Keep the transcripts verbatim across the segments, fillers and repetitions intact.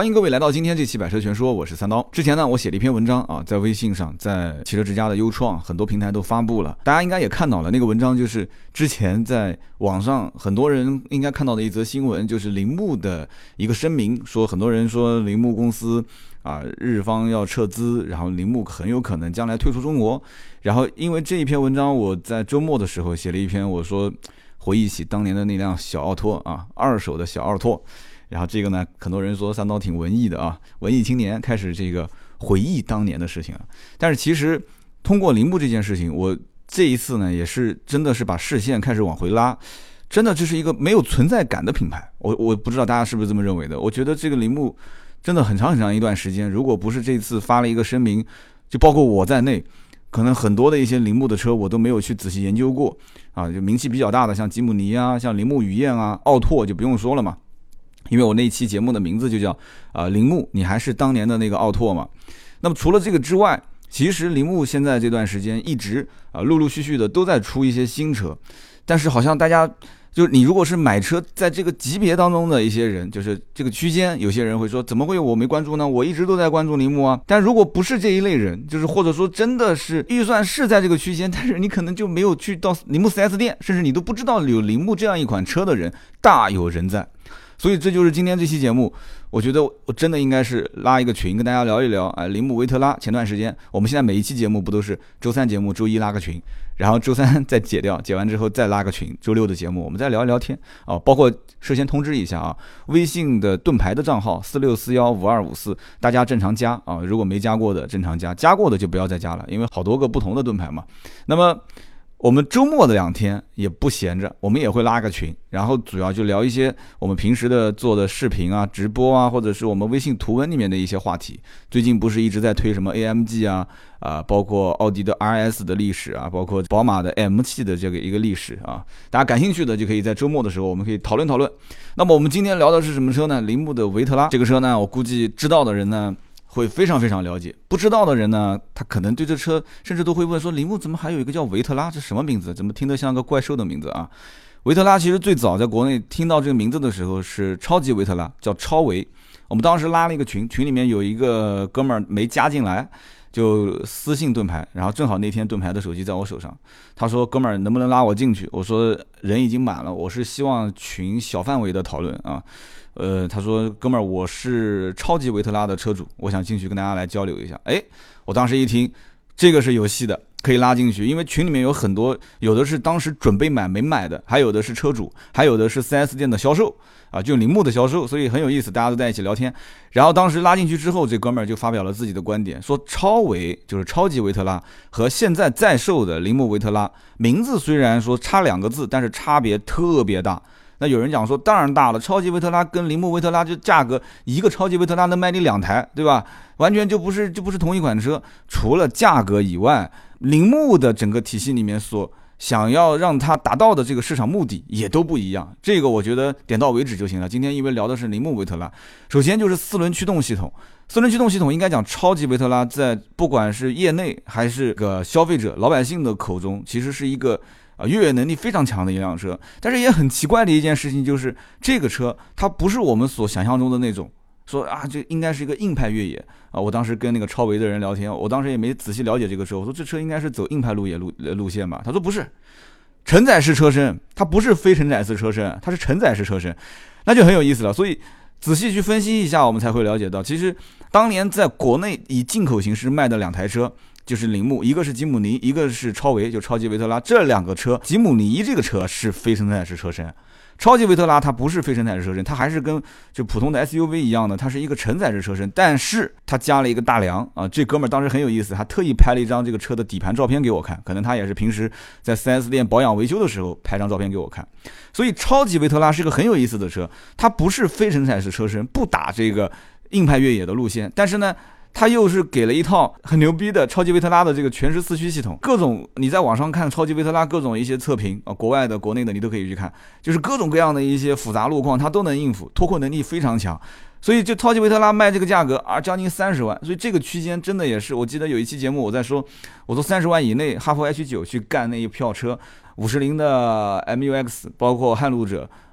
欢迎各位来到今天这期百车全说，我是三刀。之前呢，我写了一篇文章啊，在微信上，在汽车之家的优创很多平台都发布了，大家应该也看到了。那个文章就是之前在网上很多人应该看到的一则新闻，就是铃木的一个声明，说很多人说铃木公司啊日方要撤资，然后铃木很有可能将来退出中国。然后因为这一篇文章，我在周末的时候写了一篇，我说回忆起当年的那辆小奥拓啊，二手的小奥拓。然后这个呢，很多人说三刀挺文艺的啊，文艺青年开始这个回忆当年的事情啊。但是其实通过铃木这件事情，我这一次呢也是真的是把视线开始往回拉，真的这是一个没有存在感的品牌。我我不知道大家是不是这么认为的。我觉得这个铃木真的很长很长一段时间，如果不是这次发了一个声明，就包括我在内，可能很多的一些铃木的车我都没有去仔细研究过啊。就名气比较大的，像吉姆尼啊，像铃木雨燕啊，奥拓就不用说了嘛。因为我那一期节目的名字就叫啊、呃、铃木，你还是当年的那个奥拓嘛。那么除了这个之外，其实铃木现在这段时间一直啊、呃、陆陆续续的都在出一些新车，但是好像大家就是你如果是买车在这个级别当中的一些人，就是这个区间，有些人会说怎么会我没关注呢？我一直都在关注铃木啊。但如果不是这一类人，就是或者说真的是预算是在这个区间，但是你可能就没有去到铃木 四 S 店，甚至你都不知道有铃木这样一款车的人，大有人在。所以这就是今天这期节目，我觉得我真的应该是拉一个群跟大家聊一聊啊，铃木维特拉。前段时间我们现在每一期节目不都是周三节目，周一拉个群，然后周三再解掉，解完之后再拉个群，周六的节目我们再聊一聊天啊。包括事先通知一下啊，微信的盾牌的账号四六四一五二五四，大家正常加啊，如果没加过的正常加，加过的就不要再加了，因为好多个不同的盾牌嘛。那么我们周末的两天也不闲着，我们也会拉个群，然后主要就聊一些我们平时的做的视频啊、直播啊，或者是我们微信图文里面的一些话题。最近不是一直在推什么 A M G 啊，啊、呃，包括奥迪的 R S 的历史啊，包括宝马的 M 七的这个一个历史啊，大家感兴趣的就可以在周末的时候我们可以讨论讨论。那么我们今天聊的是什么车呢？铃木的维特拉这个车呢，我估计知道的人呢会非常非常了解，不知道的人呢，他可能对这车甚至都会问说，铃木怎么还有一个叫维特拉，这什么名字？怎么听得像个怪兽的名字啊？维特拉其实最早在国内听到这个名字的时候是超级维特拉，叫超维。我们当时拉了一个群，群里面有一个哥们儿没加进来，就私信盾牌，然后正好那天盾牌的手机在我手上，他说哥们儿能不能拉我进去？我说人已经满了，我是希望群小范围的讨论啊。呃，他说哥们儿，我是超级维特拉的车主，我想进去跟大家来交流一下。哎，我当时一听，这个是有戏的，可以拉进去，因为群里面有很多，有的是当时准备买没买的，还有的是车主，还有的是 四 S 店的销售啊，就铃木的销售，所以很有意思，大家都在一起聊天。然后当时拉进去之后，这哥们儿就发表了自己的观点，说超维就是超级维特拉和现在在售的铃木维特拉名字虽然说差两个字，但是差别特别大。那有人讲说，当然大了，超级维特拉跟铃木维特拉就价格，一个超级维特拉能卖你两台，对吧？完全就不是就不是同一款车。除了价格以外，铃木的整个体系里面所想要让它达到的这个市场目的也都不一样。这个我觉得点到为止就行了。今天因为聊的是铃木维特拉，首先就是四轮驱动系统。四轮驱动系统应该讲，超级维特拉在不管是业内还是个消费者老百姓的口中，其实是一个啊，越野能力非常强的一辆车。但是也很奇怪的一件事情就是，这个车它不是我们所想象中的那种说啊，这应该是一个硬派越野啊。我当时跟那个超维的人聊天，我当时也没仔细了解这个车，我说这车应该是走硬派路野路路线吧？他说不是，承载式车身，它不是非承载式车身，它是承载式车身，那就很有意思了。所以仔细去分析一下，我们才会了解到，其实当年在国内以进口形式卖的两台车，就是铃木，一个是吉姆尼，一个是超维，就超级维特拉。这两个车，吉姆尼这个车是非承载式车身，超级维特拉它不是非承载式车身，它还是跟就普通的 S U V 一样的，它是一个承载式车身，但是它加了一个大梁啊。这哥们儿当时很有意思，他特意拍了一张这个车的底盘照片给我看，可能他也是平时在 四 S 店保养维修的时候拍张照片给我看。所以超级维特拉是个很有意思的车，它不是非承载式车身，不打这个硬派越野的路线，但是呢它又是给了一套很牛逼的超级维特拉的这个全时四驱系统，各种你在网上看超级维特拉各种一些测评啊，国外的国内的你都可以去看，就是各种各样的一些复杂路况它都能应付，脱困能力非常强。所以就超级维特拉卖这个价格啊，将近三十万，所以这个区间真的也是，我记得有一期节目我在说，我说三十万以内哈弗 H 九去干那一票车，五十铃的 M U X， 包括撼路者。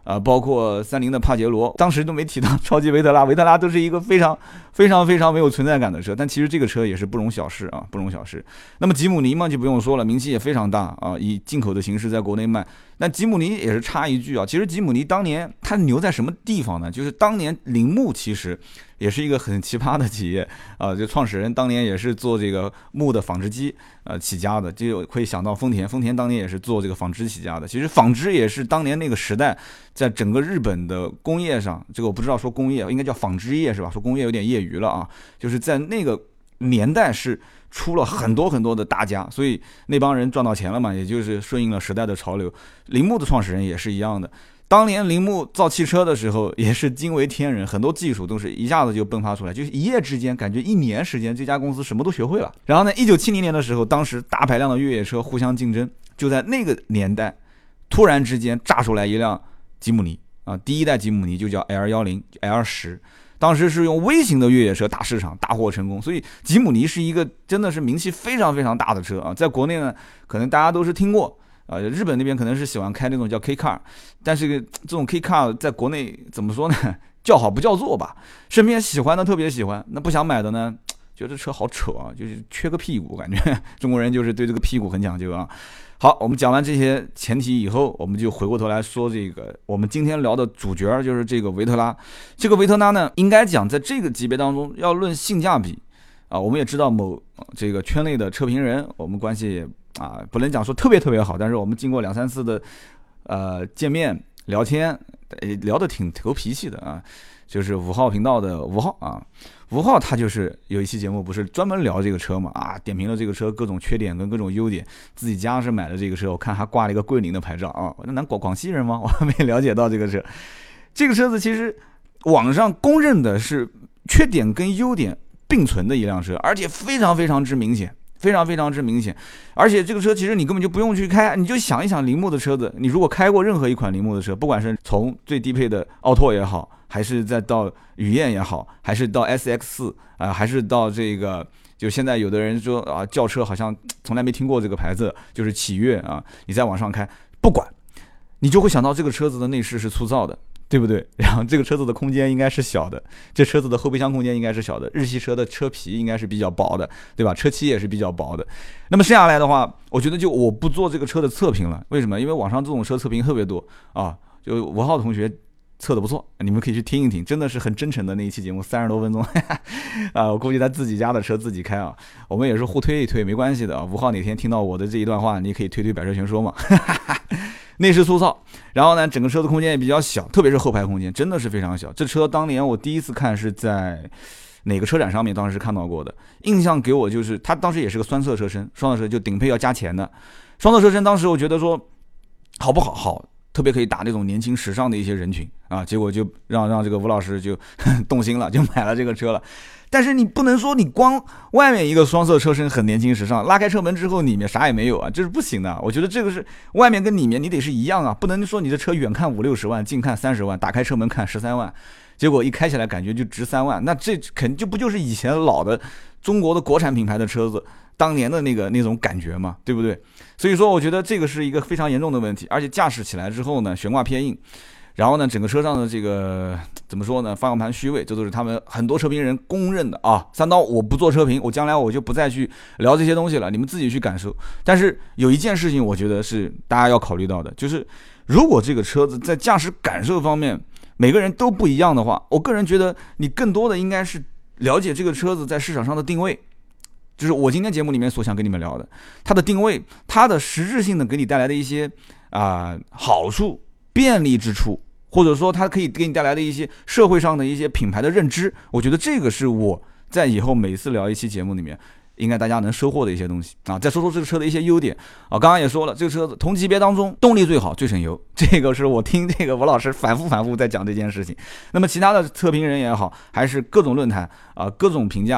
呃，包括三菱的帕杰罗，当时都没提到超级维特拉，维特拉都是一个非常非常非常没有存在感的车，但其实这个车也是不容小视啊，不容小视。那么吉姆尼嘛就不用说了，名气也非常大啊，以进口的形式在国内卖。那吉姆尼也是插一句啊，其实吉姆尼当年它牛在什么地方呢？就是当年铃木其实也是一个很奇葩的企业啊，就创始人当年也是做这个木的纺织机呃起家的，就会想到丰田，丰田当年也是做这个纺织起家的。其实纺织也是当年那个时代在整个日本的工业上，这个我不知道说工业应该叫纺织业是吧？说工业有点业余了啊，就是在那个年代是出了很多很多的大家，所以那帮人赚到钱了嘛，也就是顺应了时代的潮流。铃木的创始人也是一样的，当年铃木造汽车的时候也是惊为天人，很多技术都是一下子就迸发出来，就是一夜之间，感觉一年时间这家公司什么都学会了。然后呢，一九七零年的时候，当时大排量的越野车互相竞争，就在那个年代，突然之间炸出来一辆吉姆尼啊，第一代吉姆尼就叫 L 十 L 十。当时是用微型的越野车打市场，大获成功，所以吉姆尼是一个真的是名气非常非常大的车啊，在国内呢，可能大家都是听过啊，日本那边可能是喜欢开那种叫 K car， 但是这种 K car 在国内怎么说呢？叫好不叫座吧，身边喜欢的特别喜欢，那不想买的呢，觉得车好扯啊，就是缺个屁股，感觉中国人就是对这个屁股很讲究啊。好，我们讲完这些前提以后，我们就回过头来说这个我们今天聊的主角，就是这个维特拉。这个维特拉呢，应该讲在这个级别当中要论性价比啊，我们也知道某这个圈内的车评人，我们关系也啊不能讲说特别特别好，但是我们经过两三次的呃见面聊天，聊得挺投脾气的啊。就是五号频道的吴浩啊，吴浩他就是有一期节目不是专门聊这个车嘛啊，点评了这个车各种缺点跟各种优点，自己家是买的这个车，我看还挂了一个桂林的牌照啊，那南广广西人吗？我还没了解到这个车。这个车子其实网上公认的是缺点跟优点并存的一辆车，而且非常非常之明显。非常非常之明显，而且这个车其实你根本就不用去开，你就想一想铃木的车子，你如果开过任何一款铃木的车，不管是从最低配的奥拓也好，还是再到雨燕也好，还是到 S X 四 啊，还是到这个，就现在有的人说啊，轿车好像从来没听过这个牌子，就是启悦啊，你在网上开，不管，你就会想到这个车子的内饰是粗糙的。对不对？然后这个车子的空间应该是小的，这车子的后备箱空间应该是小的，日系车的车皮应该是比较薄的，对吧？车漆也是比较薄的。那么剩下来的话，我觉得就我不做这个车的测评了。为什么？因为网上这种车测评特别多啊。就吴浩同学测的不错，你们可以去听一听，真的是很真诚的那一期节目，三十多分钟啊。我估计他自己家的车自己开啊，我们也是互推一推，没关系的啊。吴浩哪天听到我的这一段话，你可以推推百车全说嘛。内饰粗糙，然后呢，整个车子空间也比较小，特别是后排空间真的是非常小。这车当年我第一次看是在哪个车展上面，当时是看到过的，印象给我就是它当时也是个双色车身，双色车就顶配要加钱的。双色车身当时我觉得说好不好？好，特别可以打那种年轻时尚的一些人群啊。结果就让让这个吴老师就动心了，就买了这个车了。但是你不能说你光外面一个双色车身很年轻时尚，拉开车门之后里面啥也没有啊，这是不行的。我觉得这个是外面跟里面你得是一样啊，不能说你的车远看五六十万，近看三十万，打开车门看十三万，结果一开起来感觉就值三万，那这肯定就不就是以前老的中国的国产品牌的车子当年的那个那种感觉嘛，对不对？所以说我觉得这个是一个非常严重的问题，而且驾驶起来之后呢，悬挂偏硬。然后呢，整个车上的这个怎么说呢？方向盘虚位，这都是他们很多车评人公认的啊。三刀，我不做车评，我将来我就不再去聊这些东西了，你们自己去感受。但是有一件事情，我觉得是大家要考虑到的，就是如果这个车子在驾驶感受方面每个人都不一样的话，我个人觉得你更多的应该是了解这个车子在市场上的定位。就是我今天节目里面所想跟你们聊的，它的定位，它的实质性的给你带来的一些啊、呃、好处、便利之处。或者说它可以给你带来的一些社会上的一些品牌的认知，我觉得这个是我在以后每次聊一期节目里面应该大家能收获的一些东西啊。再说说这个车的一些优点啊，刚刚也说了，这个车子同级别当中动力最好最省油，这个是我听这个吴老师反复反复在讲这件事情。那么其他的测评人也好，还是各种论坛啊各种评价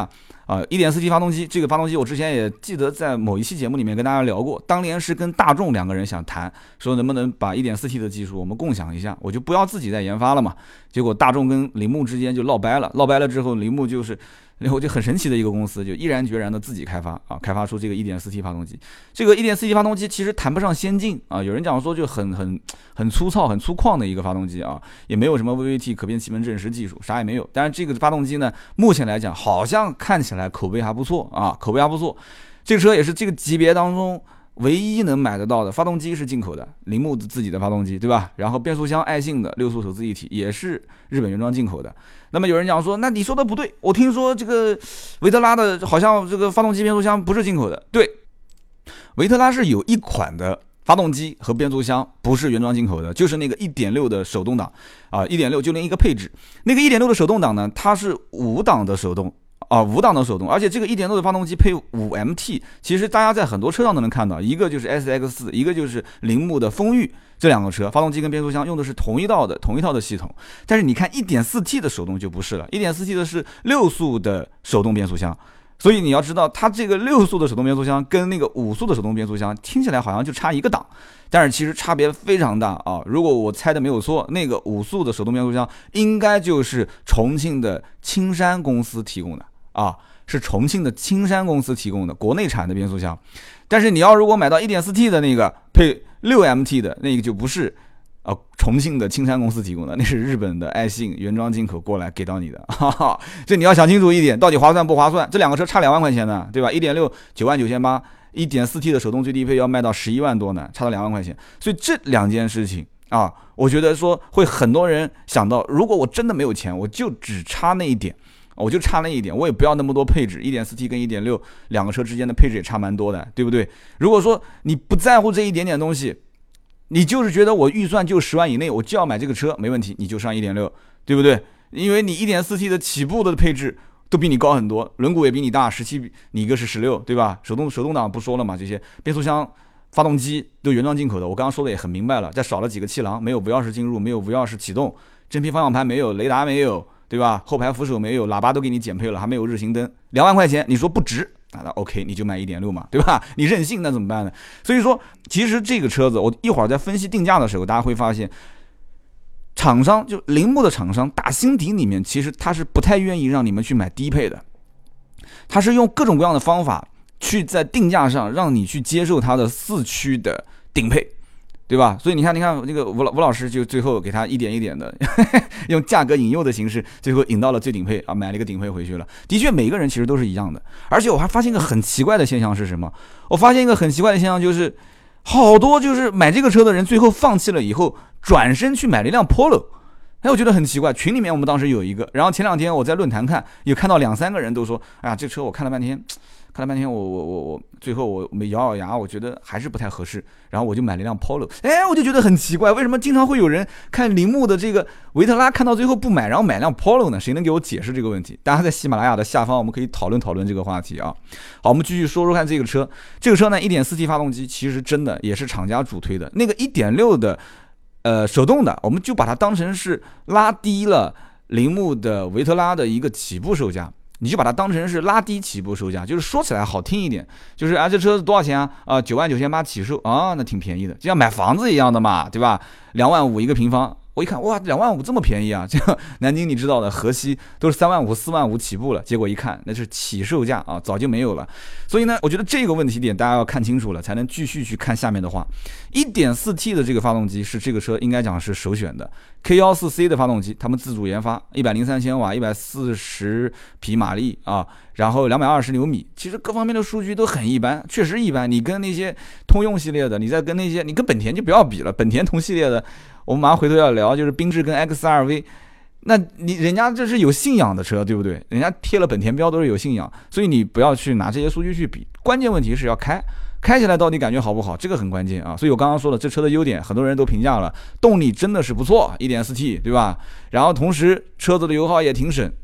啊 一点四 T 发动机，这个发动机我之前也记得在某一期节目里面跟大家聊过，当年是跟大众两个人想谈，说能不能把 一点四 T 的技术我们共享一下，我就不要自己再研发了嘛。结果大众跟铃木之间就闹掰了，闹掰了之后，铃木就是然后就很神奇的一个公司，就毅然决然的自己开发啊，开发出这个 一点四 T 发动机。这个 一点四 T 发动机其实谈不上先进啊，有人讲说就很很很粗糙、很粗犷的一个发动机啊，也没有什么 V V T 可变气门正时技术，啥也没有。但是这个发动机呢，目前来讲好像看起来口碑还不错啊，口碑还不错。这个车也是这个级别当中唯一能买得到的，发动机是进口的，铃木自己的发动机，对吧？然后变速箱爱信的六速手自一体也是日本原装进口的。那么有人讲说，那你说的不对，我听说这个维特拉的好像这个发动机变速箱不是进口的。对，维特拉是有一款的发动机和变速箱不是原装进口的，就是那个 一点六 的手动挡啊 ,一点六 就连一个配置，那个 一点六 的手动挡呢，它是五档的手动。啊，五档的手动，而且这个 一点六 的发动机配 五 M T， 其实大家在很多车上都能看到，一个就是 S X 四， 一个就是铃木的风裕，这两个车发动机跟变速箱用的是同一套的同一套的系统。但是你看 一点四 T 的手动就不是了， 一点四 T 的是六速的手动变速箱，所以你要知道它这个六速的手动变速箱跟那个五速的手动变速箱听起来好像就差一个档，但是其实差别非常大啊！如果我猜的没有错，那个五速的手动变速箱应该就是重庆的青山公司提供的啊，是重庆的青山公司提供的国内产的变速箱。但是你要如果买到 一点四 T 的那个配 六 M T 的那个就不是啊，重庆的青山公司提供的，那是日本的爱信原装进口过来给到你的，哈哈，这你要想清楚一点，到底划算不划算？这两个车差两万块钱呢，对吧？ 一点六 九万九千八， 一点四 T 的手动最低配要卖到十一万多呢，差到两万块钱。所以这两件事情啊，我觉得说会很多人想到，如果我真的没有钱，我就只差那一点，我就差那一点，我也不要那么多配置。 一点四 T 跟 一点六 两个车之间的配置也差蛮多的，对不对？如果说你不在乎这一点点东西，你就是觉得我预算就十万以内，我就要买这个车，没问题，你就上 一点六， 对不对？因为你 一点四 T 的起步的配置都比你高很多，轮毂也比你大，十七你一个是十六，对吧？手动手动挡不说了嘛，这些变速箱发动机都原装进口的，我刚刚说的也很明白了，再少了几个气囊，没有无钥匙进入，没有无钥匙启动，真皮方向盘没有，雷达没有，对吧？后排扶手没有，喇叭都给你减配了，还没有日行灯，两万块钱你说不值，那 OK 你就买 一点六 嘛，对吧？你任性那怎么办呢？所以说其实这个车子我一会儿在分析定价的时候，大家会发现厂商就铃木的厂商打心底里面其实他是不太愿意让你们去买低配的，他是用各种各样的方法去在定价上让你去接受它的四驱的顶配，对吧？所以你看，你看那个吴老吴老师就最后给他一点一点的用价格引诱的形式，最后引到了最顶配啊，买了一个顶配回去了。的确，每个人其实都是一样的。而且我还发现一个很奇怪的现象是什么？我发现一个很奇怪的现象就是，好多就是买这个车的人最后放弃了以后，转身去买了一辆 Polo。哎，我觉得很奇怪。群里面我们当时有一个，然后前两天我在论坛看，有看到两三个人都说，哎呀，这车我看了半天。看了半天，我我我我最后我没咬咬牙，我觉得还是不太合适，然后我就买了一辆 Polo。哎，我就觉得很奇怪，为什么经常会有人看铃木的这个维特拉，看到最后不买，然后买辆 Polo 呢？谁能给我解释这个问题？大家在喜马拉雅的下方，我们可以讨论讨论这个话题啊。好，我们继续说说看这个车。这个车呢 ，一点四 T 发动机其实真的也是厂家主推的，那个 一点六 的呃手动的，我们就把它当成是拉低了铃木的维特拉的一个起步售价。你就把它当成是拉低起步售价，就是说起来好听一点，就是啊这车子多少钱啊？啊九万九千八起售啊，那挺便宜的，就像买房子一样的嘛，对吧？两万五一个平方，我一看哇，两万五这么便宜啊！这样南京你知道的，河西都是三万五、四万五起步了，结果一看那是起售价啊，早就没有了。所以呢，我觉得这个问题点大家要看清楚了，才能继续去看下面的话。一点四 T 的这个发动机是这个车应该讲是首选的 ，K 十四 C 的发动机，他们自主研发，一百零三千瓦，一百四十匹马力啊，然后两百二十牛米，其实各方面的数据都很一般，确实一般。你跟那些通用系列的，你再跟那些，你跟本田就不要比了，本田同系列的。我们马上回头要聊，就是缤智跟 X R V， 那你人家这是有信仰的车，对不对？人家贴了本田标都是有信仰，所以你不要去拿这些数据去比，关键问题是要开，开起来到底感觉好不好，这个很关键啊。所以我刚刚说了，这车的优点很多人都评价了，动力真的是不错 ，一点四 T， 对吧？然后同时车子的油耗也挺省，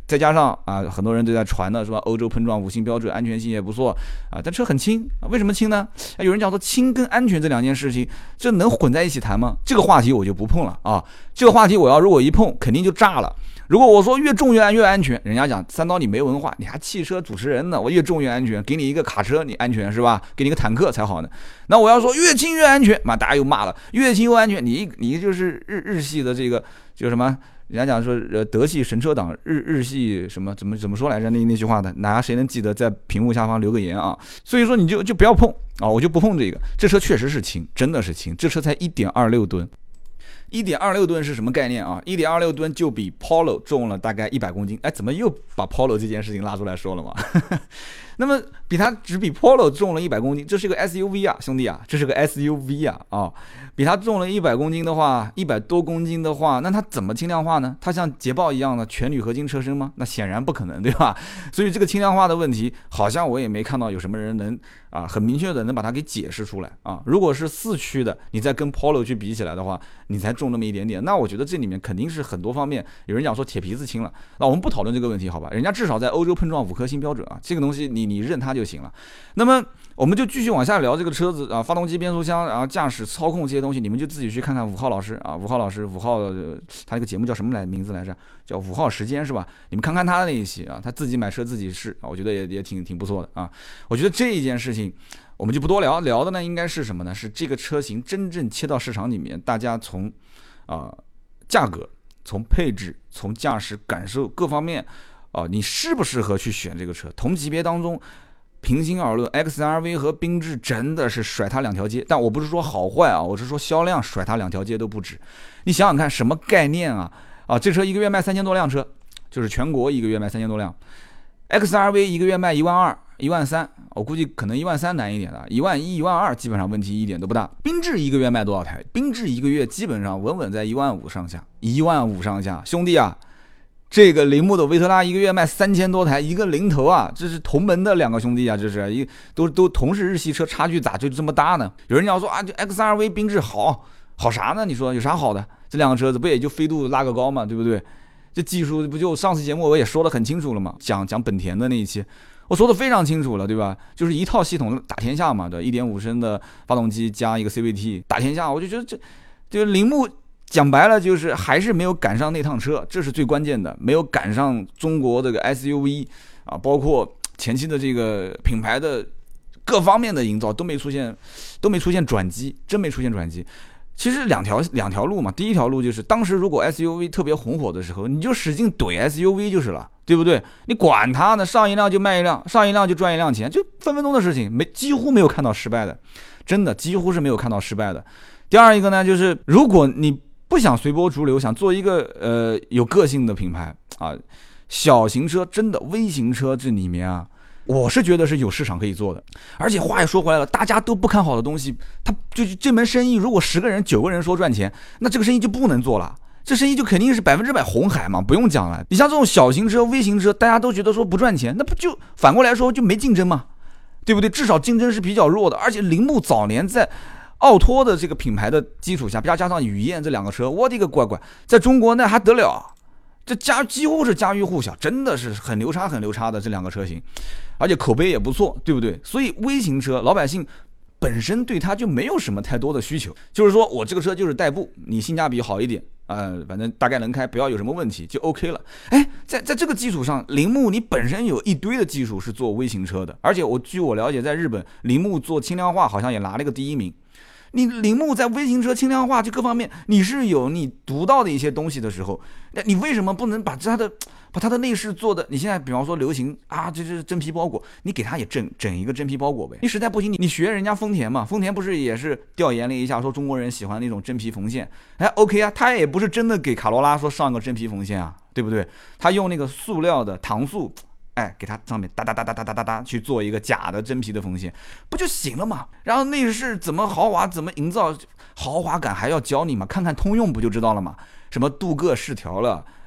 再加上啊，很多人都在传的是吧？欧洲碰撞五星标准，安全性也不错啊，但车很轻，为什么轻呢？有人讲说轻跟安全这两件事情，这能混在一起谈吗？这个话题我就不碰了啊，这个话题我要如果一碰，肯定就炸了。如果我说越重越安越安全，人家讲三刀你没文化，你还汽车主持人呢，我越重越安全，给你一个卡车你安全是吧？给你一个坦克才好呢。那我要说越轻越安全，妈大家又骂了，越轻越安全，你你就是日日系的这个就什么？人家讲说，呃，德系神车党，日日系什么怎么怎么说来着？那那句话的，大家谁能记得，在屏幕下方留个言啊。所以说你就就不要碰啊，我就不碰这个。这车确实是轻，真的是轻，这车才 一点二六吨。一点二六吨是什么概念啊？ 一点二六吨就比 Polo 重了大概一百公斤。哎，怎么又把 Polo 这件事情拉出来说了嘛？那么比它只比 Polo 重了一百公斤，这是个 S U V 啊，兄弟啊，这是个 S U V 啊啊！比它重了一百公斤的话，一百多公斤的话，那它怎么轻量化呢？它像捷豹一样的全铝合金车身吗？那显然不可能，对吧？所以这个轻量化的问题，好像我也没看到有什么人能啊很明确的能把它给解释出来啊。如果是四驱的，你再跟 Polo 去比起来的话，你才重那么一点点，那我觉得这里面肯定是很多方面，有人讲说铁皮子轻了，那我们不讨论这个问题，好吧？人家至少在欧洲碰撞五颗星标准啊，这个东西你你认它就行了。那么我们就继续往下聊这个车子啊，发动机、变速箱，然后驾驶、操控这些东西，你们就自己去看看五号老师啊，五号老师，五号、呃、他这个节目叫什么来名字来着？叫五号时间是吧？你们看看他的那一期啊，他自己买车自己试啊，我觉得也也挺挺不错的啊。我觉得这一件事情我们就不多聊，聊的呢应该是什么呢？是这个车型真正切到市场里面，大家从啊、呃、价格、从配置、从驾驶感受各方面啊、呃，你适不适合去选这个车？同级别当中。平心而论 ，X R V 和缤智真的是甩它两条街，但我不是说好坏啊，我是说销量甩它两条街都不止。你想想看，什么概念啊？啊，这车一个月卖三千多辆车，就是全国一个月卖三千多辆。X R V 一个月卖一万二、一万三，我估计可能一万三难一点的，一万一、一万二基本上问题一点都不大。缤智一个月卖多少台？缤智一个月基本上稳稳在一万五上下，一万五上下，兄弟啊！这个铃木的维特拉一个月卖三千多台，一个零头啊，这是同门的两个兄弟啊，这是一都都同是日系车，差距咋就这么大呢？有人要说啊，就 X R V 缤智好好啥呢？你说有啥好的？这两个车子不也就飞度拉个高嘛，对不对？这技术不就上次节目我也说得很清楚了嘛，讲讲本田的那一期，我说得非常清楚了，对吧？就是一套系统打天下嘛，对，一点五升的发动机加一个 C V T 打天下，我就觉得这这个铃木。讲白了就是还是没有赶上那趟车，这是最关键的，没有赶上中国这个 S U V 啊，包括前期的这个品牌的各方面的营造都没出现，都没出现转机，真没出现转机。其实两条两条路嘛，第一条路就是当时如果 S U V 特别红火的时候，你就使劲怼 S U V 就是了，对不对？你管它呢，上一辆就卖一辆，上一辆就赚一辆钱，就分分钟的事情，没几乎没有看到失败的，真的几乎是没有看到失败的。第二一个呢，就是如果你不想随波逐流，想做一个呃有个性的品牌啊，小型车真的微型车这里面啊，我是觉得是有市场可以做的。而且话也说回来了，大家都不看好的东西，它就这门生意，如果十个人九个人说赚钱，那这个生意就不能做了。这生意就肯定是百分之百红海嘛，不用讲了。你像这种小型车、微型车，大家都觉得说不赚钱，那不就反过来说就没竞争嘛，对不对？至少竞争是比较弱的。而且铃木早年在奥拓的这个品牌的基础下，加加上雨燕这两个车，我的个乖乖，在中国那还得了？这家几乎是家喻户晓，真的是很牛叉很牛叉的这两个车型，而且口碑也不错，对不对？所以微型车老百姓本身对它就没有什么太多的需求，就是说我这个车就是代步，你性价比好一点，呃，反正大概能开，不要有什么问题就 OK 了。哎，在在这个基础上，铃木你本身有一堆的技术是做微型车的，而且我据我了解，在日本铃木做轻量化好像也拿了个第一名。你铃木在微型车轻量化这各方面，你是有你独到的一些东西的时候，那你为什么不能把它的把它的内饰做的？你现在比方说流行啊，这是真皮包裹，你给它也整整一个真皮包裹呗。你实在不行，你你学人家丰田嘛，丰田不是也是调研了一下，说中国人喜欢那种真皮缝线，哎 ，OK 啊，他也不是真的给卡罗拉说上个真皮缝线啊，对不对？他用那个塑料的搪塑。哎，给它上面哒哒哒哒哒哒哒哒去做一个假的真皮的缝线，不就行了嘛？然后内饰怎么豪华，怎么营造豪华感，还要教你嘛？看看通用不就知道了嘛？什么镀铬饰条了，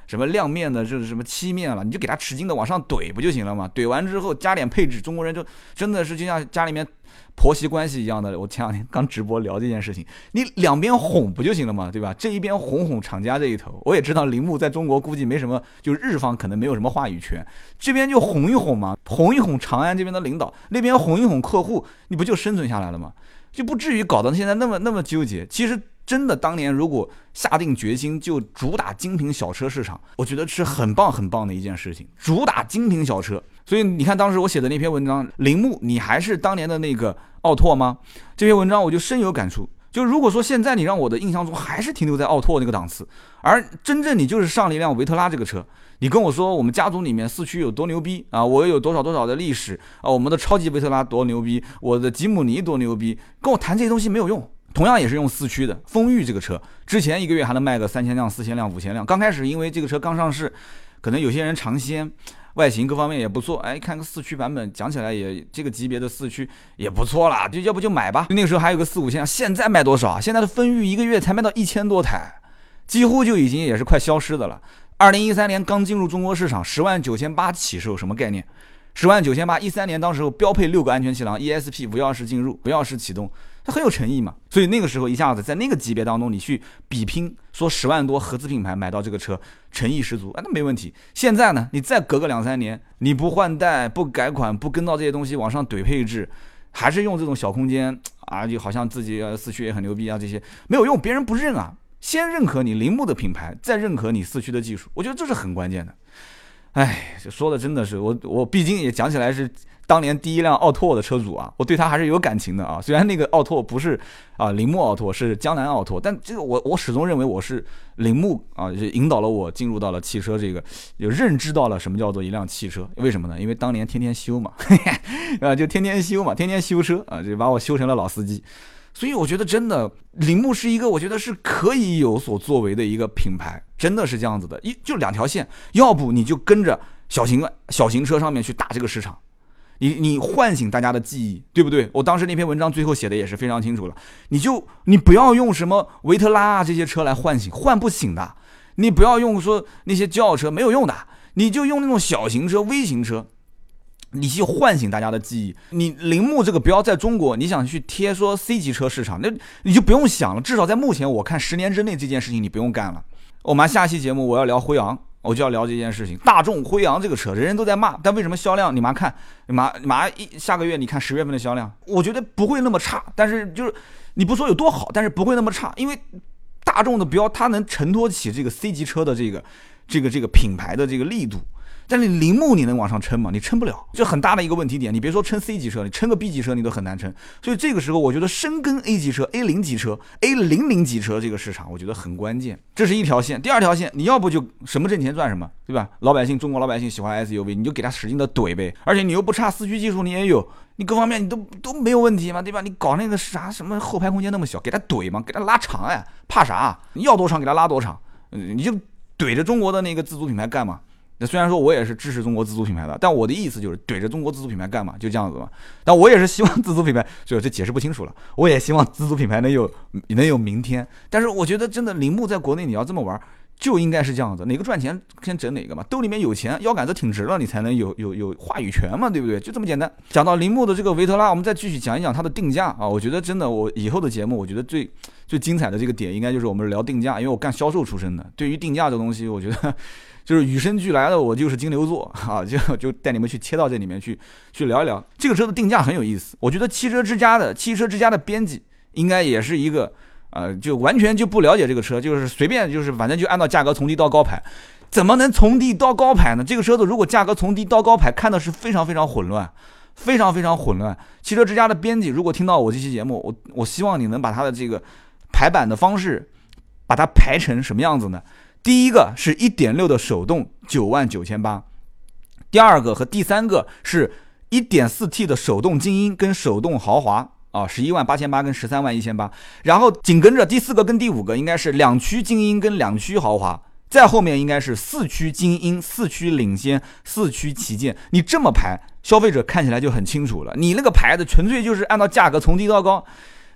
什么亮面的，就是什么漆面了，你就给它使劲的往上怼不就行了吗？怼完之后加点配置，中国人就真的是就像家里面婆媳关系一样的。我前两天刚直播聊这件事情，你两边哄不就行了嘛，对吧？这一边哄哄厂家这一头，我也知道铃木在中国估计没什么，就是日方可能没有什么话语权，这边就哄一哄嘛，哄一哄长安这边的领导，那边哄一哄客户，你不就生存下来了吗？就不至于搞得现在那么那么纠结。其实真的当年如果下定决心就主打精品小车市场，我觉得是很棒很棒的一件事情，主打精品小车。所以你看当时我写的那篇文章，铃木你还是当年的那个奥拓吗？这篇文章我就深有感触。就如果说现在你让我的印象中还是停留在奥拓那个档次，而真正你就是上了一辆维特拉这个车，你跟我说我们家族里面四驱有多牛逼啊，我有多少多少的历史啊，我们的超级维特拉多牛逼，我的吉姆尼多牛逼，跟我谈这些东西没有用。同样也是用四驱的风裕这个车，之前一个月还能卖个三千辆、四千辆、五千辆。刚开始因为这个车刚上市，可能有些人尝鲜，外形各方面也不错，哎，看个四驱版本，讲起来也这个级别的四驱也不错啦，就要不就买吧。那个时候还有个四五千，现在卖多少啊？现在的风裕一个月才卖到一千多台，几乎就已经也是快消失的了。二零一三年刚进入中国市场，十万九千八起售，什么概念？十万九千八，一三年当时候标配六个安全气囊 ，E S P 无钥匙进入，无钥匙启动，它很有诚意嘛。所以那个时候一下子在那个级别当中，你去比拼，说十万多合资品牌买到这个车，诚意十足，啊，那没问题。现在呢，你再隔个两三年，你不换代、不改款、不跟到这些东西往上怼配置，还是用这种小空间啊，就好像自己四驱也很牛逼啊，这些没有用，别人不认啊。先认可你铃木的品牌，再认可你四驱的技术，我觉得这是很关键的。哎，这说的真的是我，我毕竟也讲起来是当年第一辆奥拓的车主啊，我对他还是有感情的啊。虽然那个奥拓不是啊铃木奥拓，是江南奥拓，但这个我我始终认为我是铃木啊，就引导了我进入到了汽车这个，就认知到了什么叫做一辆汽车。为什么呢？因为当年天天修嘛，啊就天天修嘛，天天修车啊，就把我修成了老司机。所以我觉得真的铃木是一个我觉得是可以有所作为的一个品牌，真的是这样子的，一就两条线，要不你就跟着小型小型车上面去打这个市场，你你唤醒大家的记忆，对不对？我当时那篇文章最后写的也是非常清楚了，你就你不要用什么维特拉啊这些车来唤醒，唤不醒的，你不要用说那些轿车，没有用的，你就用那种小型车、微型车。你去唤醒大家的记忆，你铃木这个标在中国，你想去贴说 C 级车市场，那你就不用想了。至少在目前，我看十年之内这件事情你不用干了。我们下期节目我要聊辉昂，我就要聊这件事情。大众辉昂这个车，人人都在骂，但为什么销量？你妈看，你妈马上一下个月你看十月份的销量，我觉得不会那么差，但是就是你不说有多好，但是不会那么差，因为大众的标它能承托起这个 C 级车的这个这个这个品牌的这个力度。但是铃木你能往上撑吗？你撑不了，这很大的一个问题点。你别说撑 C 级车，你撑个 B 级车你都很难撑。所以这个时候，我觉得深耕 A 级车、A 零 级车、A 零零 级车这个市场，我觉得很关键。这是一条线。第二条线，你要不就什么挣钱赚什么，对吧？老百姓，中国老百姓喜欢 S U V， 你就给他使劲的怼呗。而且你又不差四驱技术，你也有，你各方面你都都没有问题嘛，对吧？你搞那个啥什么后排空间那么小，给他怼嘛，给他拉长哎，怕啥？你要多长给他拉多长，你就怼着中国的那个自主品牌干嘛？那虽然说我也是支持中国自主品牌的，但我的意思就是怼着中国自主品牌干嘛，就这样子嘛。但我也是希望自主品牌，所以这解释不清楚了。我也希望自主品牌能有能有明天。但是我觉得真的铃木在国内你要这么玩，就应该是这样子，哪个赚钱先整哪个嘛，兜里面有钱，腰杆子挺直了，你才能有有有话语权嘛，对不对？就这么简单。讲到铃木的这个维特拉，我们再继续讲一讲它的定价啊。我觉得真的，我以后的节目，我觉得最最精彩的这个点，应该就是我们聊定价，因为我干销售出身的，对于定价这东西，我觉得。就是与生俱来的，我就是金牛座啊，就就带你们去切到这里面去，去聊一聊这个车的定价很有意思。我觉得汽车之家的汽车之家的编辑应该也是一个，呃，就完全就不了解这个车，就是随便就是反正就按照价格从低到高排，怎么能从低到高排呢？这个车子如果价格从低到高排，看的是非常非常混乱，非常非常混乱。汽车之家的编辑如果听到我这期节目，我我希望你能把它的这个排版的方式，把它排成什么样子呢？第一个是 一点六 的手动九万九千八，第二个和第三个是 一点四 T 的手动精英跟手动豪华啊，十一万八千八跟十三万一千八，然后紧跟着第四个跟第五个应该是两驱精英跟两驱豪华，再后面应该是四驱精英、四驱领先、四驱旗舰。你这么排，消费者看起来就很清楚了。你那个牌子纯粹就是按照价格从低到高。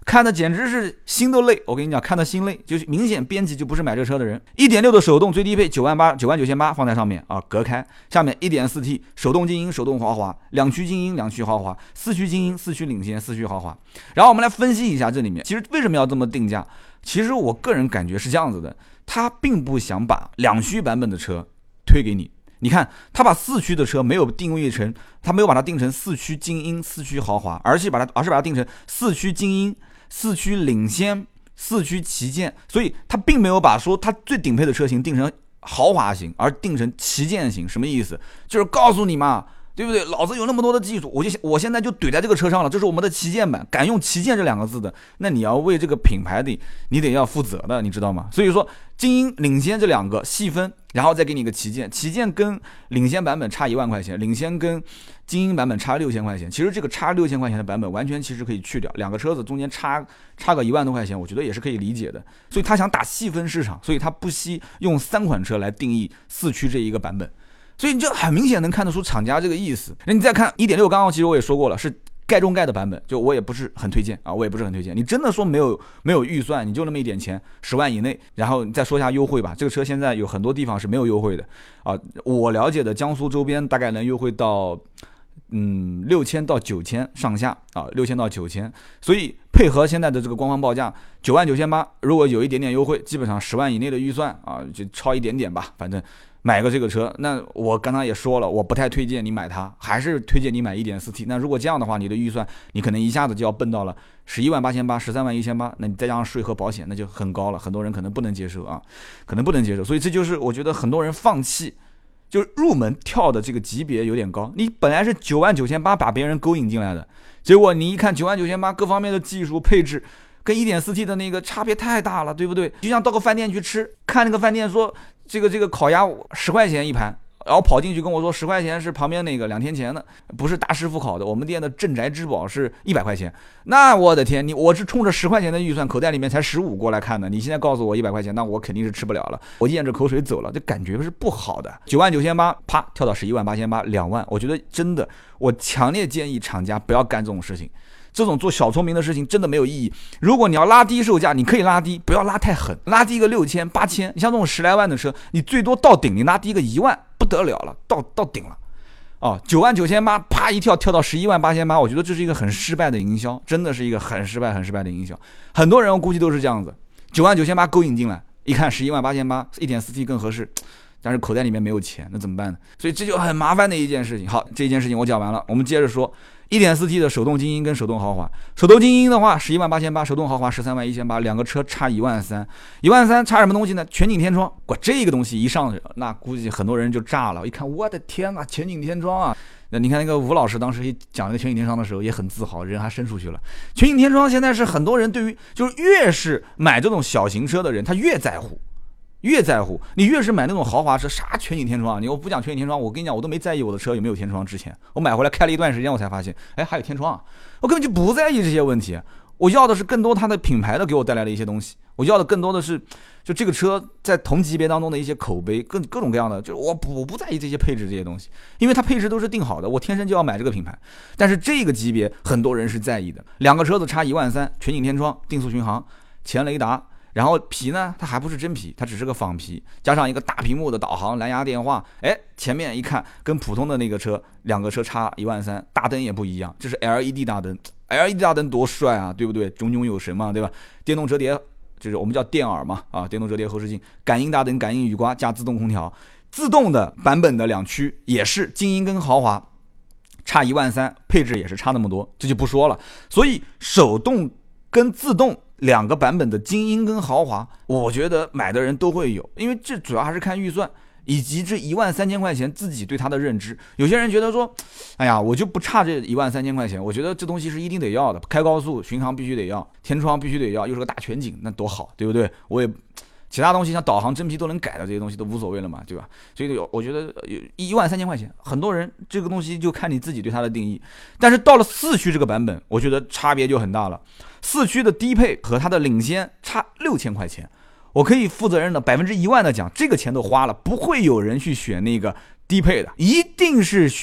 看的简直是心都累。我跟你讲，看的心累，就是明显编辑就不是买这车的人。一点六的手动最低配九万八，九万九千八放在上面啊，隔开。下面 一点四 T 手动静音，手动豪华，两驱静音，两驱豪华，四驱静音，四驱领先，四驱豪华。然后我们来分析一下这里面，其实为什么要这么定价？其实我个人感觉是这样子的，他并不想把两驱版本的车推给你。你看，他把四驱的车没有定位成，他没有把它定成四驱精英、四驱豪华，而是把它，而是把它定成四驱精英、四驱领先、四驱旗舰，所以他并没有把说他最顶配的车型定成豪华型，而定成旗舰型。什么意思？就是告诉你嘛，对不对？老子有那么多的技术，我就我现在就怼在这个车上了，这是我们的旗舰版，敢用旗舰这两个字的，那你要为这个品牌的你得要负责的，你知道吗？所以说精英、领先这两个细分，然后再给你一个旗舰，旗舰跟领先版本差一万块钱，领先跟精英版本差六千块钱。其实这个差六千块钱的版本完全其实可以去掉，两个车子中间差差个一万多块钱，我觉得也是可以理解的。所以他想打细分市场，所以他不惜用三款车来定义四驱这一个版本。所以你就很明显能看得出厂家这个意思。那你再看 一点六， 刚刚其实我也说过了，是盖中盖的版本，就我也不是很推荐啊，我也不是很推荐。你真的说没有没有预算，你就那么一点钱，十万以内，然后你再说一下优惠吧。这个车现在有很多地方是没有优惠的啊，我了解的江苏周边大概能优惠到嗯六千到九千上下啊，六千到九千。所以配合现在的这个官方报价九万九千八，如果有一点点优惠，基本上十万以内的预算啊，就超一点点吧，反正。买个这个车，那我刚才也说了，我不太推荐你买它，还是推荐你买 一点四 T。那如果这样的话，你的预算你可能一下子就要奔到了十一万八千八、十三万一千八，那你再加上税和保险，那就很高了，很多人可能不能接受啊，可能不能接受。所以这就是我觉得很多人放弃，就是入门跳的这个级别有点高。你本来是九万九千八把别人勾引进来的，结果你一看九万九千八各方面的技术配置。跟 一点四 T 的那个差别太大了，对不对？就像到个饭店去吃，看那个饭店说这个这个烤鸭十块钱一盘，然后跑进去跟我说十块钱是旁边那个两天前的，不是大师傅烤的，我们店的镇宅之宝是一百块钱。那我的天，你我是冲着十块钱的预算，口袋里面才十五过来看的，你现在告诉我一百块钱，那我肯定是吃不了了，我咽着口水走了，这感觉是不好的。九万九千八，啪跳到十一万八千八，两万，我觉得真的，我强烈建议厂家不要干这种事情。这种做小聪明的事情真的没有意义。如果你要拉低售价，你可以拉低，不要拉太狠，拉低个六千、八千。你像这种十来万的车，你最多到顶，你拉低个一万，不得了了，到到顶了。哦，九万九千八，啪一跳跳到十一万八千八，我觉得这是一个很失败的营销，真的是一个很失败、很失败的营销。很多人我估计都是这样子，九万九千八勾引进来，一看十一万八千八，一点四 T 更合适。但是口袋里面没有钱，那怎么办呢？所以这就很麻烦的一件事情。好，这件事情我讲完了，我们接着说 一点四 T 的手动精英跟手动豪华。手动精英的话十一万八千八，手动豪华十三万一千八，两个车差一万三，一万三差什么东西呢？全景天窗。哇，这个东西一上去，那估计很多人就炸了。一看，我的天啊，全景天窗啊！那你看那个吴老师当时一讲那个全景天窗的时候也很自豪，人还伸出去了。全景天窗现在是很多人对于就是越是买这种小型车的人，他越在乎。越在乎你越是买那种豪华车，啥全景天窗啊？你我不讲全景天窗，我跟你讲，我都没在意我的车有没有天窗。之前我买回来开了一段时间，我才发现，哎，还有天窗啊！我根本就不在意这些问题，我要的是更多它的品牌的给我带来的一些东西，我要的更多的是就这个车在同级别当中的一些口碑，各各种各样的，就是我不我不在意这些配置这些东西，因为它配置都是定好的，我天生就要买这个品牌。但是这个级别很多人是在意的，两个车子差一万三，全景天窗、定速巡航、前雷达。然后皮呢，它还不是真皮，它只是个仿皮，加上一个大屏幕的导航、蓝牙电话，哎，前面一看跟普通的那个车，两个车差一万三，大灯也不一样，这是 L E D 大灯 ，L E D 大灯多帅啊，对不对？炯炯有神嘛，对吧？电动折叠，就是我们叫电耳嘛，啊，电动折叠后视镜，感应大灯、感应雨刮加自动空调，自动的版本的两驱也是精英跟豪华，差一万三，配置也是差那么多，这就不说了。所以手动跟自动。两个版本的精英跟豪华，我觉得买的人都会有，因为这主要还是看预算以及这一万三千块钱自己对它的认知。有些人觉得说，哎呀，我就不差这一万三千块钱，我觉得这东西是一定得要的，开高速巡航必须得要，天窗必须得要，又是个大全景，那多好，对不对？我也其他东西像导航、真皮都能改的这些东西都无所谓了嘛，对吧？所以我觉得一万三千块钱，很多人这个东西就看你自己对它的定义。但是到了四驱这个版本，我觉得差别就很大了。四驱的低配和它的领先差六千块钱，我可以负责任的百分之一万的讲，这个钱都花了，不会有人去选那个低配的，一定是选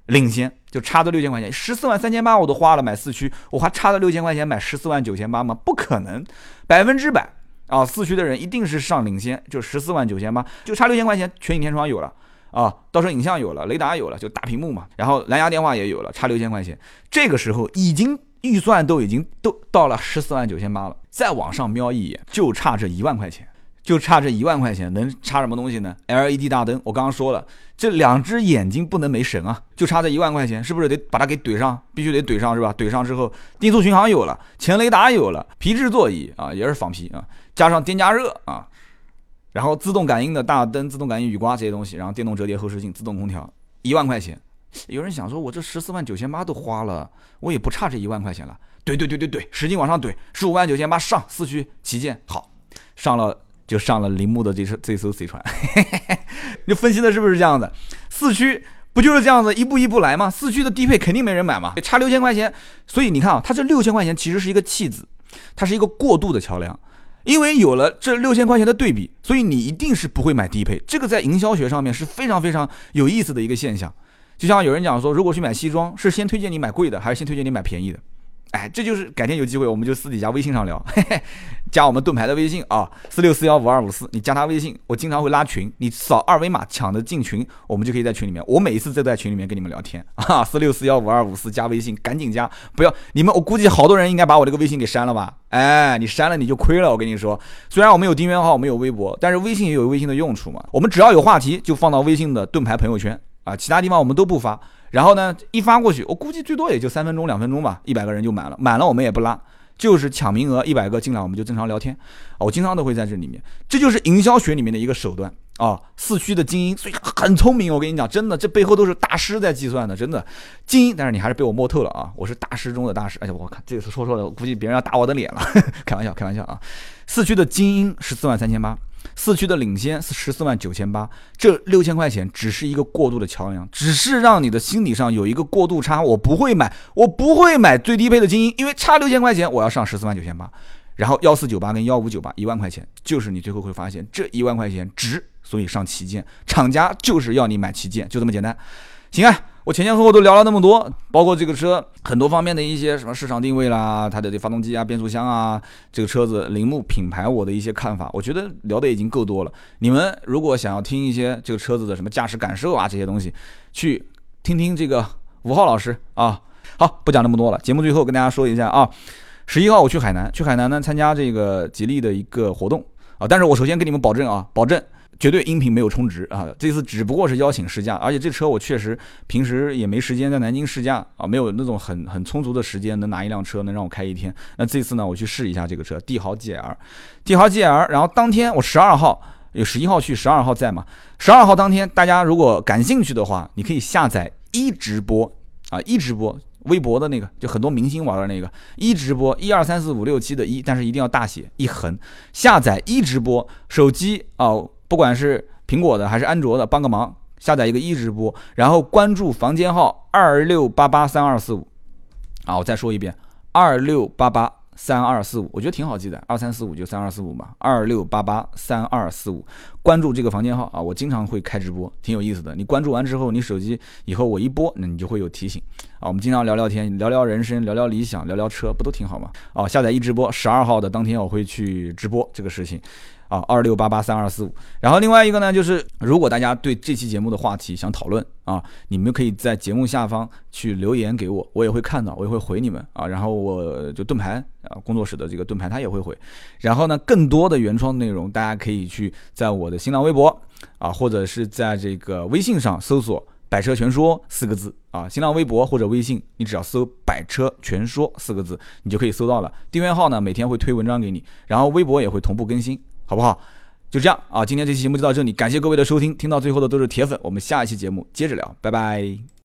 领先，就差这六千块钱，十四万三千八我都花了买四驱，我还差这六千块钱买十四万九千八吗？不可能，百分之百啊！四驱的人一定是上领先，就十四万九千八，就差六千块钱，全景天窗有了啊，倒车影像有了，雷达有了，就大屏幕嘛，然后蓝牙电话也有了，差六千块钱，这个时候已经预算都已经都到了十四万九千八了，再往上瞄一眼，就差这一万块钱。就差这一万块钱，能差什么东西呢 ？L E D 大灯，我刚刚说了，这两只眼睛不能没神啊！就差这一万块钱，是不是得把它给怼上？必须得怼上是吧？怼上之后，定速巡航有了，前雷达有了，皮质座椅啊也是仿皮啊，加上电加热啊，然后自动感应的大灯、自动感应雨刮这些东西，然后电动折叠后视镜、自动空调，一万块钱。有人想说，我这十四万九千八都花了，我也不差这一万块钱了。对对对对对，使劲往上怼，十五万九千八上四驱旗舰，好，上了。就上了铃木的这这艘 C 船，你分析的是不是这样的？四驱不就是这样子一步一步来吗？四驱的低配肯定没人买嘛，差六千块钱，所以你看啊，它这六千块钱其实是一个弃子，它是一个过渡的桥梁，因为有了这六千块钱的对比，所以你一定是不会买低配，这个在营销学上面是非常非常有意思的一个现象。就像有人讲说，如果去买西装，是先推荐你买贵的，还是先推荐你买便宜的？哎，这就是改天有机会我们就私底下微信上聊，嘿嘿，加我们盾牌的微信啊，四六四幺五二五四，你加他微信，我经常会拉群，你扫二维码抢着进群，我们就可以在群里面，我每一次都在群里面跟你们聊天啊，四六四幺五二五四加微信，赶紧加，不要你们，我估计好多人应该把我这个微信给删了吧？哎，你删了你就亏了，我跟你说，虽然我们有订阅号，我们有微博，但是微信也有微信的用处嘛，我们只要有话题就放到微信的盾牌朋友圈啊，其他地方我们都不发。然后呢，一发过去，我估计最多也就三分钟、两分钟吧，一百个人就满了。满了我们也不拉，就是抢名额，一百个进来我们就正常聊天。我经常都会在这里面，这就是营销学里面的一个手段啊。四驱的精英，所以很聪明。我跟你讲，真的，这背后都是大师在计算的，真的精英。但是你还是被我摸透了啊！我是大师中的大师。哎呀，我看这次说错了，估计别人要打我的脸了。开玩笑，开玩笑啊！四驱的精英十四万三千八。四驱的领先是十四万九千八，这六千块钱只是一个过渡的桥梁，只是让你的心理上有一个过渡差。我不会买，我不会买最低配的精英，因为差六千块钱，我要上十四万九千八，然后幺四九八跟幺五九八一万块钱，就是你最后会发现这一万块钱值，所以上旗舰，厂家就是要你买旗舰，就这么简单。行啊。我前前后后都聊了那么多，包括这个车很多方面的一些什么市场定位啦，它的发动机啊、变速箱啊，这个车子铃木品牌我的一些看法，我觉得聊的已经够多了。你们如果想要听一些这个车子的什么驾驶感受啊这些东西，去听听这个吴昊老师啊。好，不讲那么多了，节目最后跟大家说一下啊，十一号我去海南，去海南呢参加这个吉利的一个活动啊，但是我首先跟你们保证啊，保证。绝对音频没有充值啊！这次只不过是邀请试驾，而且这车我确实平时也没时间在南京试驾啊，没有那种很很充足的时间能拿一辆车能让我开一天。那这次呢，我去试一下这个车，帝豪 G L， 帝豪 G L， 然后当天我十二号有十一号去，十二号在嘛？十二号当天大家如果感兴趣的话，你可以下载一直播啊，一直播。微博的那个，就很多明星玩的那个一直播，一二三四五六七的一，但是一定要大写一横。下载一直播，手机啊、哦，不管是苹果的还是安卓的，帮个忙，下载一个一直播，然后关注房间号二六八八三二四五。啊，我再说一遍，二六八八三二四五，我觉得挺好记的，二三四五就三二四五嘛，二六八八三二四五，关注这个房间号啊，我经常会开直播，挺有意思的。你关注完之后，你手机以后我一播，那你就会有提醒啊。我们经常聊聊天，聊聊人生，聊聊理想，聊聊车，不都挺好吗？啊，下载一直播，十二号的当天我会去直播这个事情。啊，二六八八三二四五。然后另外一个呢，就是如果大家对这期节目的话题想讨论啊，你们可以在节目下方去留言给我，我也会看到，我也会回你们啊。然后我就盾牌啊工作室的这个盾牌他也会回。然后呢，更多的原创内容，大家可以去在我的新浪微博啊，或者是在这个微信上搜索“百车全说”四个字啊，新浪微博或者微信，你只要搜“百车全说”四个字，你就可以搜到了。订阅号呢，每天会推文章给你，然后微博也会同步更新。好不好？就这样啊！今天这期节目就到这里，感谢各位的收听，听到最后的都是铁粉，我们下一期节目接着聊，拜拜。